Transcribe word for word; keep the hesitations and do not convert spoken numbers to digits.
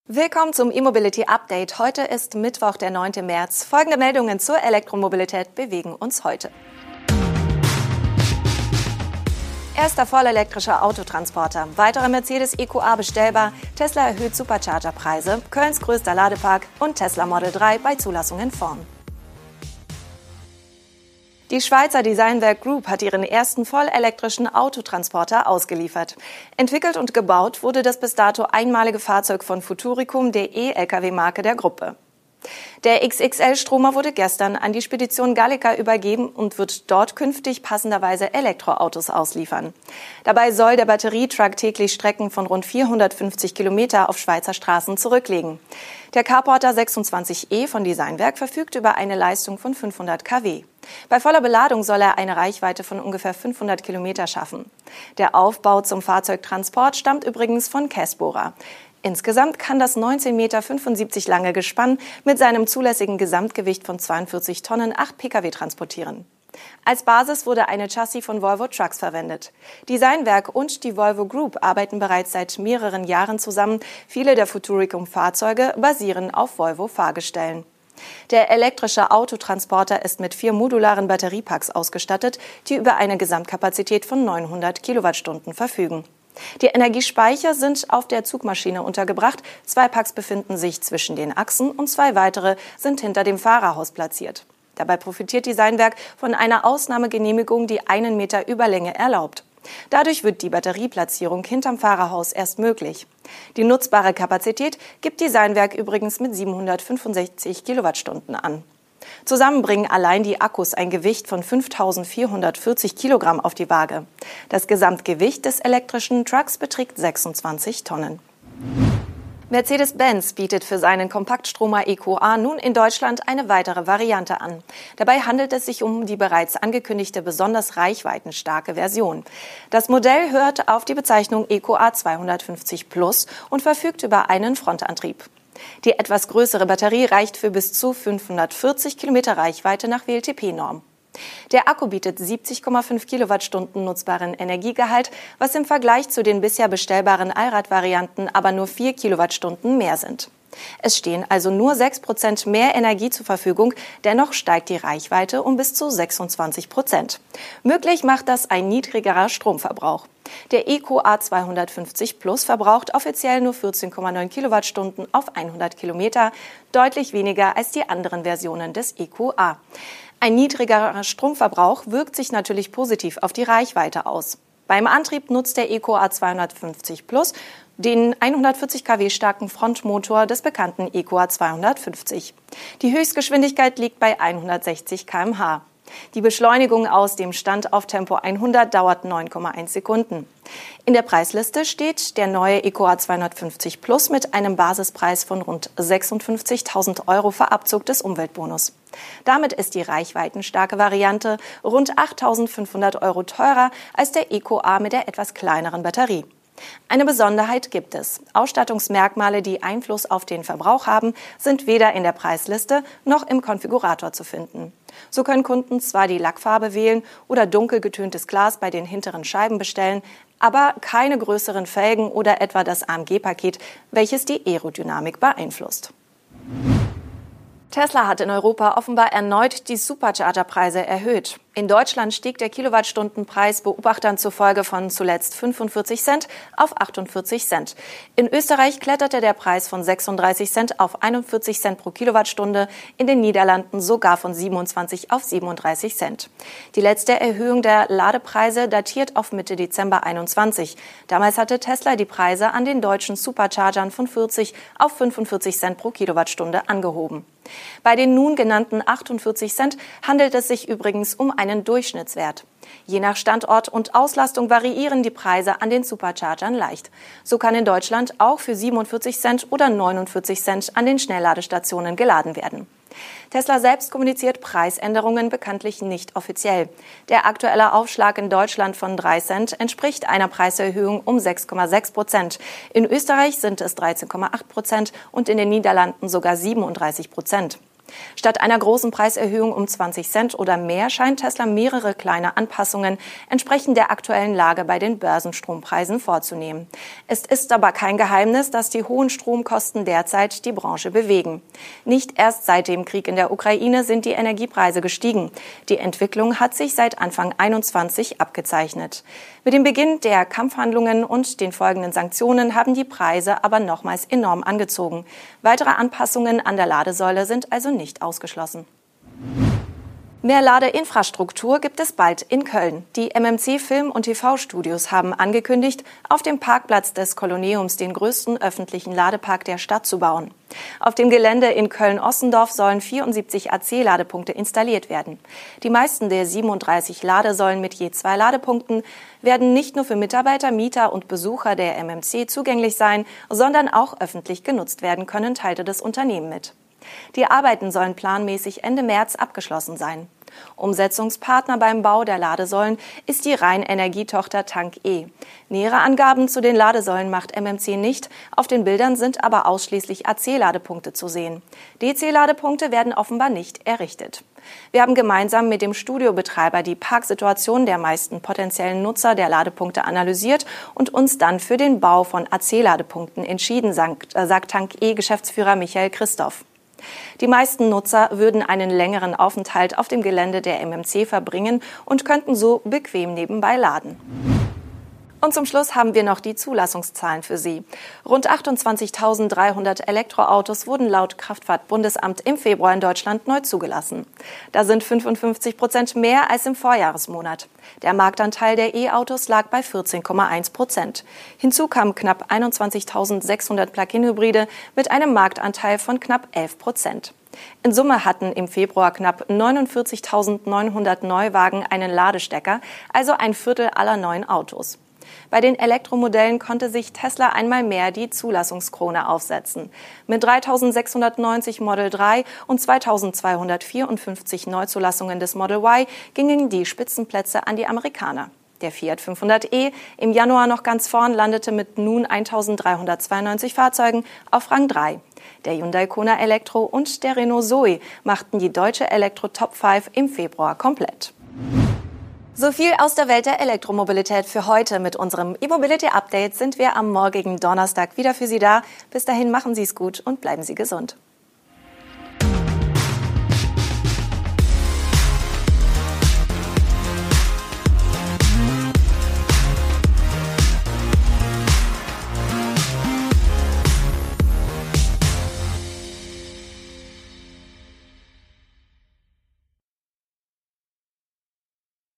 Willkommen zum E-Mobility Update. Heute ist Mittwoch, der neunte März. Folgende Meldungen zur Elektromobilität bewegen uns heute. Erster vollelektrischer Autotransporter. Weiterer Mercedes E Q A bestellbar. Tesla erhöht Supercharger-Preise. Kölns größter Ladepark und Tesla Model drei bei Zulassung in Form. Die Schweizer Designwerk Group hat ihren ersten vollelektrischen Autotransporter ausgeliefert. Entwickelt und gebaut wurde das bis dato einmalige Fahrzeug von Futuricum, der E-L K W-Marke der Gruppe. Der X X L-Stromer wurde gestern an die Spedition Gallica übergeben und wird dort künftig passenderweise Elektroautos ausliefern. Dabei soll der Batterietruck täglich Strecken von rund vierhundertfünfzig Kilometer auf Schweizer Straßen zurücklegen. Der Carporter sechsundzwanzig E von Designwerk verfügt über eine Leistung von fünfhundert Kilowatt. Bei voller Beladung soll er eine Reichweite von ungefähr fünfhundert Kilometer schaffen. Der Aufbau zum Fahrzeugtransport stammt übrigens von Kässbohrer. Insgesamt kann das neunzehn Komma fünfundsiebzig Meter lange Gespann mit seinem zulässigen Gesamtgewicht von zweiundvierzig Tonnen acht Pkw transportieren. Als Basis wurde eine Chassis von Volvo Trucks verwendet. Designwerk und die Volvo Group arbeiten bereits seit mehreren Jahren zusammen. Viele der Futuricum-Fahrzeuge basieren auf Volvo-Fahrgestellen. Der elektrische Autotransporter ist mit vier modularen Batteriepacks ausgestattet, die über eine Gesamtkapazität von neunhundert Kilowattstunden verfügen. Die Energiespeicher sind auf der Zugmaschine untergebracht. Zwei Packs befinden sich zwischen den Achsen und zwei weitere sind hinter dem Fahrerhaus platziert. Dabei profitiert Designwerk von einer Ausnahmegenehmigung, die einen Meter Überlänge erlaubt. Dadurch wird die Batterieplatzierung hinterm Fahrerhaus erst möglich. Die nutzbare Kapazität gibt Designwerk übrigens mit siebenhundertfünfundsechzig Kilowattstunden an. Zusammen bringen allein die Akkus ein Gewicht von fünftausendvierhundertvierzig Kilogramm auf die Waage. Das Gesamtgewicht des elektrischen Trucks beträgt sechsundzwanzig Tonnen. Mercedes-Benz bietet für seinen Kompaktstromer E Q A nun in Deutschland eine weitere Variante an. Dabei handelt es sich um die bereits angekündigte besonders reichweitenstarke Version. Das Modell hört auf die Bezeichnung E Q A zweihundertfünfzig Plus und verfügt über einen Frontantrieb. Die etwas größere Batterie reicht für bis zu fünfhundertvierzig Kilometer Reichweite nach W L T P-Norm. Der Akku bietet siebzig Komma fünf Kilowattstunden nutzbaren Energiegehalt, was im Vergleich zu den bisher bestellbaren Allradvarianten aber nur vier Kilowattstunden mehr sind. Es stehen also nur sechs Prozent mehr Energie zur Verfügung, dennoch steigt die Reichweite um bis zu sechsundzwanzig Prozent. Möglich macht das ein niedrigerer Stromverbrauch. Der E Q A zweihundertfünfzig Plus verbraucht offiziell nur vierzehn Komma neun Kilowattstunden auf hundert Kilometer, deutlich weniger als die anderen Versionen des E Q A. Ein niedrigerer Stromverbrauch wirkt sich natürlich positiv auf die Reichweite aus. Beim Antrieb nutzt der E Q A zweihundertfünfzig Plus den hundertvierzig Kilowatt starken Frontmotor des bekannten E Q A zweihundertfünfzig. Die Höchstgeschwindigkeit liegt bei hundertsechzig Kilometer pro Stunde. Die Beschleunigung aus dem Stand auf Tempo hundert dauert neun Komma eins Sekunden. In der Preisliste steht der neue E Q A zweihundertfünfzig Plus mit einem Basispreis von rund sechsundfünfzigtausend Euro vor Abzug des Umweltbonus. Damit ist die reichweitenstarke Variante rund achttausendfünfhundert Euro teurer als der E Q A mit der etwas kleineren Batterie. Eine Besonderheit gibt es. Ausstattungsmerkmale, die Einfluss auf den Verbrauch haben, sind weder in der Preisliste noch im Konfigurator zu finden. So können Kunden zwar die Lackfarbe wählen oder dunkel getöntes Glas bei den hinteren Scheiben bestellen, aber keine größeren Felgen oder etwa das A M G-Paket, welches die Aerodynamik beeinflusst. Tesla hat in Europa offenbar erneut die Supercharger-Preise erhöht. In Deutschland stieg der Kilowattstundenpreis Beobachtern zufolge von zuletzt fünfundvierzig Cent auf achtundvierzig Cent. In Österreich kletterte der Preis von sechsunddreißig Cent auf einundvierzig Cent pro Kilowattstunde, in den Niederlanden sogar von siebenundzwanzig auf siebenunddreißig Cent. Die letzte Erhöhung der Ladepreise datiert auf Mitte Dezember einundzwanzig. Damals hatte Tesla die Preise an den deutschen Superchargern von vierzig auf fünfundvierzig Cent pro Kilowattstunde angehoben. Bei den nun genannten achtundvierzig Cent handelt es sich übrigens um einen Durchschnittswert. Je nach Standort und Auslastung variieren die Preise an den Superchargern leicht. So kann in Deutschland auch für siebenundvierzig Cent oder neunundvierzig Cent an den Schnellladestationen geladen werden. Tesla selbst kommuniziert Preisänderungen bekanntlich nicht offiziell. Der aktuelle Aufschlag in Deutschland von drei Cent entspricht einer Preiserhöhung um sechs Komma sechs Prozent. In Österreich sind es dreizehn Komma acht Prozent und in den Niederlanden sogar siebenunddreißig Prozent. Statt einer großen Preiserhöhung um zwanzig Cent oder mehr scheint Tesla mehrere kleine Anpassungen entsprechend der aktuellen Lage bei den Börsenstrompreisen vorzunehmen. Es ist aber kein Geheimnis, dass die hohen Stromkosten derzeit die Branche bewegen. Nicht erst seit dem Krieg in der Ukraine sind die Energiepreise gestiegen. Die Entwicklung hat sich seit Anfang einundzwanzig abgezeichnet. Mit dem Beginn der Kampfhandlungen und den folgenden Sanktionen haben die Preise aber nochmals enorm angezogen. Weitere Anpassungen an der Ladesäule sind also nicht ausgeschlossen. Mehr Ladeinfrastruktur gibt es bald in Köln. Die M M C Film- und T V-Studios haben angekündigt, auf dem Parkplatz des Kolosseums den größten öffentlichen Ladepark der Stadt zu bauen. Auf dem Gelände in Köln-Ossendorf sollen vierundsiebzig A C-Ladepunkte installiert werden. Die meisten der siebenunddreißig Ladesäulen mit je zwei Ladepunkten werden nicht nur für Mitarbeiter, Mieter und Besucher der M M C zugänglich sein, sondern auch öffentlich genutzt werden können, teilte das Unternehmen mit. Die Arbeiten sollen planmäßig Ende März abgeschlossen sein. Umsetzungspartner beim Bau der Ladesäulen ist die Rheinenergietochter Tank-E. Nähere Angaben zu den Ladesäulen macht M M C nicht, auf den Bildern sind aber ausschließlich A C-Ladepunkte zu sehen. D C-Ladepunkte werden offenbar nicht errichtet. Wir haben gemeinsam mit dem Studiobetreiber die Parksituation der meisten potenziellen Nutzer der Ladepunkte analysiert und uns dann für den Bau von A C-Ladepunkten entschieden, sagt, äh, sagt Tank-E-Geschäftsführer Michael Christoph. Die meisten Nutzer würden einen längeren Aufenthalt auf dem Gelände der M M C verbringen und könnten so bequem nebenbei laden. Und zum Schluss haben wir noch die Zulassungszahlen für Sie. Rund achtundzwanzigtausenddreihundert Elektroautos wurden laut Kraftfahrtbundesamt im Februar in Deutschland neu zugelassen. Da sind fünfundfünfzig Prozent mehr als im Vorjahresmonat. Der Marktanteil der E-Autos lag bei vierzehn Komma eins Prozent. Hinzu kamen knapp einundzwanzigtausendsechshundert Plug-in-Hybride mit einem Marktanteil von knapp elf Prozent. In Summe hatten im Februar knapp neunundvierzigtausendneunhundert Neuwagen einen Ladestecker, also ein Viertel aller neuen Autos. Bei den Elektromodellen konnte sich Tesla einmal mehr die Zulassungskrone aufsetzen. Mit dreitausendsechshundertneunzig Model drei und zweitausendzweihundertvierundfünfzig Neuzulassungen des Model Y gingen die Spitzenplätze an die Amerikaner. Der Fiat fünfhundert e, im Januar noch ganz vorn, landete mit nun eintausenddreihundertzweiundneunzig Fahrzeugen auf Rang drei. Der Hyundai Kona Elektro und der Renault Zoe machten die deutsche Elektro-Top fünf im Februar komplett. So viel aus der Welt der Elektromobilität für heute. Mit unserem E-Mobility-Update sind wir am morgigen Donnerstag wieder für Sie da. Bis dahin machen Sie es gut und bleiben Sie gesund.